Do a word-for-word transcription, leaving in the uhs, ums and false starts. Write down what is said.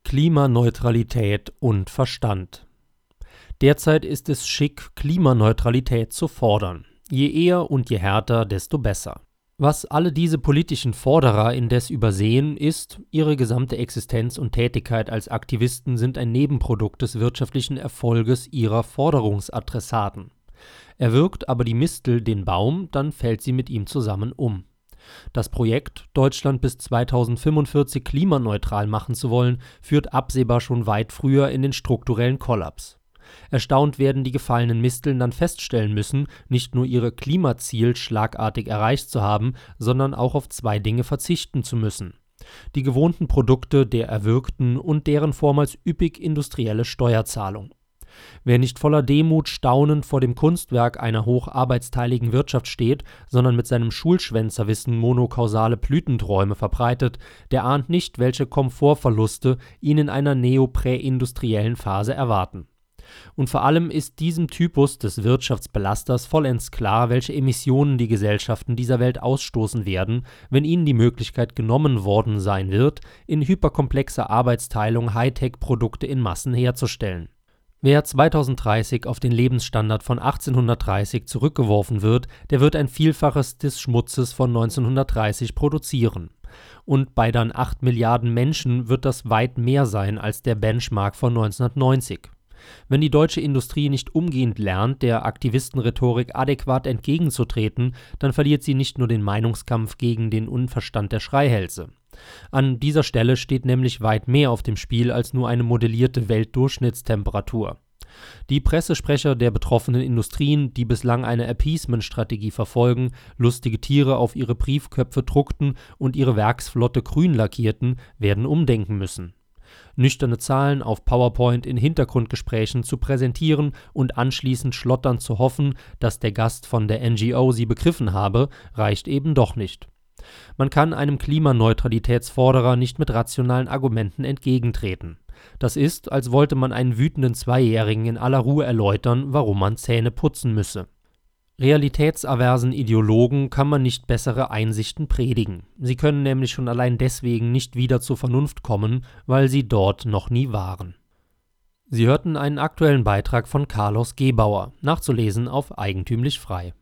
Klimaneutralität und Verstand. Derzeit ist es schick, Klimaneutralität zu fordern. Je eher und je härter, desto besser. Was alle diese politischen Forderer indes übersehen, ist, ihre gesamte Existenz und Tätigkeit als Aktivisten sind ein Nebenprodukt des wirtschaftlichen Erfolges ihrer Forderungsadressaten. Erwirkt aber die Mistel den Baum, dann fällt sie mit ihm zusammen um. Das Projekt, Deutschland bis zweitausendfünfundvierzig klimaneutral machen zu wollen, führt absehbar schon weit früher in den strukturellen Kollaps. Erstaunt werden die gefallenen Misteln dann feststellen müssen, nicht nur ihre Klimaziel schlagartig erreicht zu haben, sondern auch auf zwei Dinge verzichten zu müssen: die gewohnten Produkte der Erwürgten und deren vormals üppig industrielle Steuerzahlung. Wer nicht voller Demut staunend vor dem Kunstwerk einer hocharbeitsteiligen Wirtschaft steht, sondern mit seinem Schulschwänzerwissen monokausale Blütenträume verbreitet, der ahnt nicht, welche Komfortverluste ihn in einer neopräindustriellen Phase erwarten. Und vor allem ist diesem Typus des Wirtschaftsbelasters vollends klar, welche Emissionen die Gesellschaften dieser Welt ausstoßen werden, wenn ihnen die Möglichkeit genommen worden sein wird, in hyperkomplexer Arbeitsteilung Hightech-Produkte in Massen herzustellen. Wer zweitausenddreißig auf den Lebensstandard von achtzehnhundertdreißig zurückgeworfen wird, der wird ein Vielfaches des Schmutzes von neunzehnhundertdreißig produzieren. Und bei dann acht Milliarden Menschen wird das weit mehr sein als der Benchmark von neunzehnhundertneunzig. Wenn die deutsche Industrie nicht umgehend lernt, der Aktivistenrhetorik adäquat entgegenzutreten, dann verliert sie nicht nur den Meinungskampf gegen den Unverstand der Schreihälse. An dieser Stelle steht nämlich weit mehr auf dem Spiel als nur eine modellierte Weltdurchschnittstemperatur. Die Pressesprecher der betroffenen Industrien, die bislang eine Appeasement-Strategie verfolgen, lustige Tiere auf ihre Briefköpfe druckten und ihre Werksflotte grün lackierten, werden umdenken müssen. Nüchterne Zahlen auf PowerPoint in Hintergrundgesprächen zu präsentieren und anschließend schlottern zu hoffen, dass der Gast von der N G O sie begriffen habe, reicht eben doch nicht. Man kann einem Klimaneutralitätsforderer nicht mit rationalen Argumenten entgegentreten. Das ist, als wollte man einen wütenden Zweijährigen in aller Ruhe erläutern, warum man Zähne putzen müsse. Realitätsaversen Ideologen kann man nicht bessere Einsichten predigen. Sie können nämlich schon allein deswegen nicht wieder zur Vernunft kommen, weil sie dort noch nie waren. Sie hörten einen aktuellen Beitrag von Carlos Gebauer, nachzulesen auf eigentümlich frei.